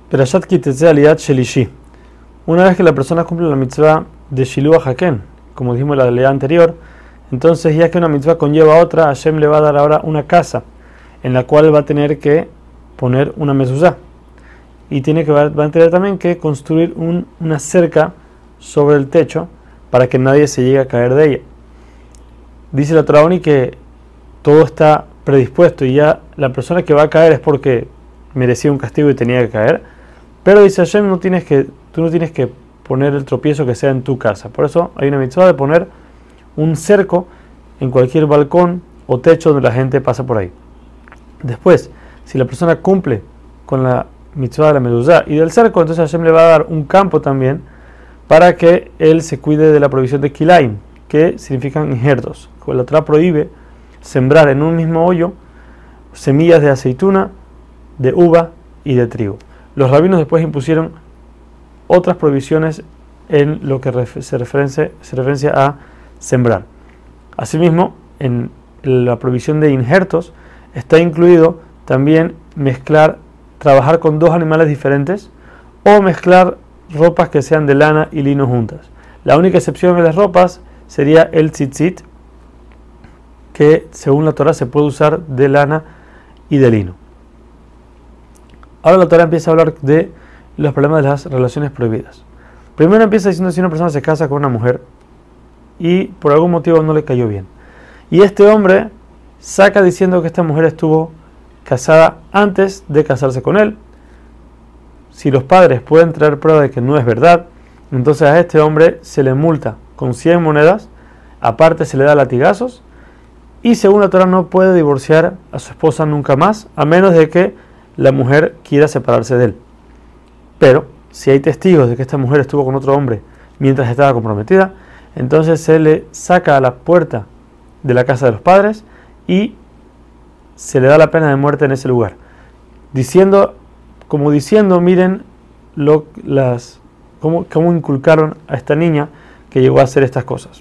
Perashat Kitezeh Aliyat Shelishi. Una vez que la persona cumple la mitzvah de Shiluach Haken, como dijimos en la ley anterior, entonces ya que una mitzvah conlleva a otra, Hashem le va a dar ahora una casa en la cual va a tener que poner una mezuzá. Y va a tener también que construir una cerca sobre el techo para que nadie se llegue a caer de ella. Dice la Torah que todo está predispuesto y ya la persona que va a caer es porque merecía un castigo y tenía que caer. Pero dice Hashem, tú no tienes que poner el tropiezo que sea en tu casa. Por eso hay una mitzvah de poner un cerco en cualquier balcón o techo donde la gente pasa por ahí. Después, si la persona cumple con la mitzvah de la mezuzá y del cerco, entonces Hashem le va a dar un campo también para que él se cuide de la provisión de kilaim, que significan injertos. La Torah prohíbe sembrar en un mismo hoyo semillas de aceituna, de uva y de trigo. Los rabinos después impusieron otras prohibiciones en lo que se referencia a sembrar. Asimismo, en la prohibición de injertos está incluido también trabajar con dos animales diferentes o mezclar ropas que sean de lana y lino juntas. La única excepción en las ropas sería el tzitzit, que según la Torah se puede usar de lana y de lino. Ahora la Torah empieza a hablar de los problemas de las relaciones prohibidas. Primero empieza diciendo si una persona se casa con una mujer y por algún motivo no le cayó bien. Y este hombre saca diciendo que esta mujer estuvo casada antes de casarse con él. Si los padres pueden traer prueba de que no es verdad, entonces a este hombre se le multa con 100 monedas, aparte se le da latigazos, y según la Torah no puede divorciar a su esposa nunca más, a menos de que la mujer quiera separarse de él. Pero si hay testigos de que esta mujer estuvo con otro hombre mientras estaba comprometida, entonces se le saca a la puerta de la casa de los padres y se le da la pena de muerte en ese lugar, diciendo, miren cómo inculcaron a esta niña que llegó a hacer estas cosas.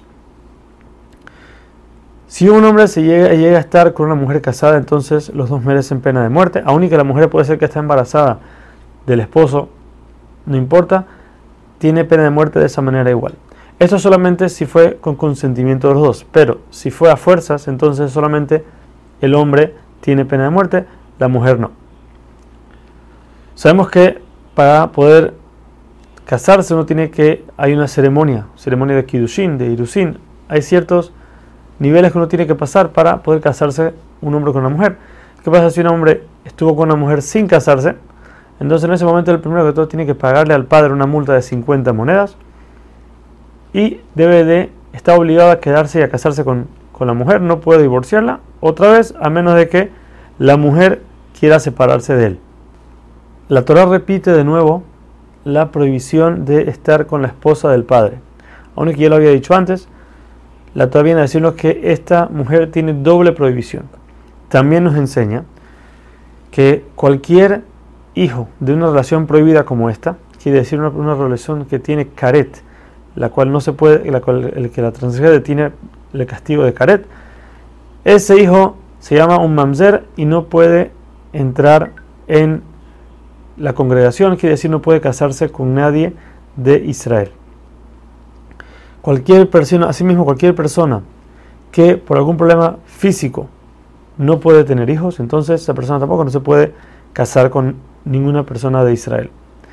Si un hombre llega a estar con una mujer casada, entonces los dos merecen pena de muerte, aun y que la mujer puede ser que está embarazada del esposo, no importa, tiene pena de muerte de esa manera igual. Esto solamente si fue con consentimiento de los dos, pero si fue a fuerzas, entonces solamente el hombre tiene pena de muerte, la mujer no. Sabemos que para poder casarse hay una ceremonia de Kiddushin, de Irusin. Hay ciertos niveles que uno tiene que pasar para poder casarse un hombre con una mujer. ¿Qué pasa si un hombre estuvo con una mujer sin casarse? Entonces en ese momento el primero que todo tiene que pagarle al padre una multa de 50 monedas y está obligado a quedarse y a casarse con la mujer, no puede divorciarla otra vez a menos de que la mujer quiera separarse de él. La Torah repite de nuevo la prohibición de estar con la esposa del padre. Aunque ya lo había dicho antes, la Torah viene a decirnos que esta mujer tiene doble prohibición. También nos enseña que cualquier hijo de una relación prohibida como esta, quiere decir una relación que tiene karet, la cual no se puede, el que la transgrede tiene el castigo de karet, ese hijo se llama un mamzer y no puede entrar en la congregación, quiere decir no puede casarse con nadie de Israel. Asimismo, cualquier persona que por algún problema físico no puede tener hijos, entonces esa persona tampoco no se puede casar con ninguna persona de Israel.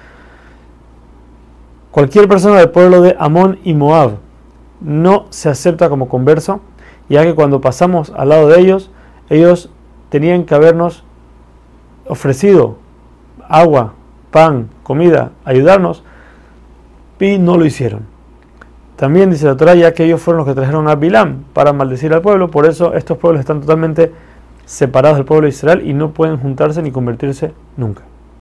Cualquier persona del pueblo de Amón y Moab no se acepta como converso, ya que cuando pasamos al lado de ellos tenían que habernos ofrecido agua, pan, comida, ayudarnos, y no lo hicieron. También dice la Torah, ya que ellos fueron los que trajeron a Bilam para maldecir al pueblo, por eso estos pueblos están totalmente separados del pueblo de Israel y no pueden juntarse ni convertirse nunca.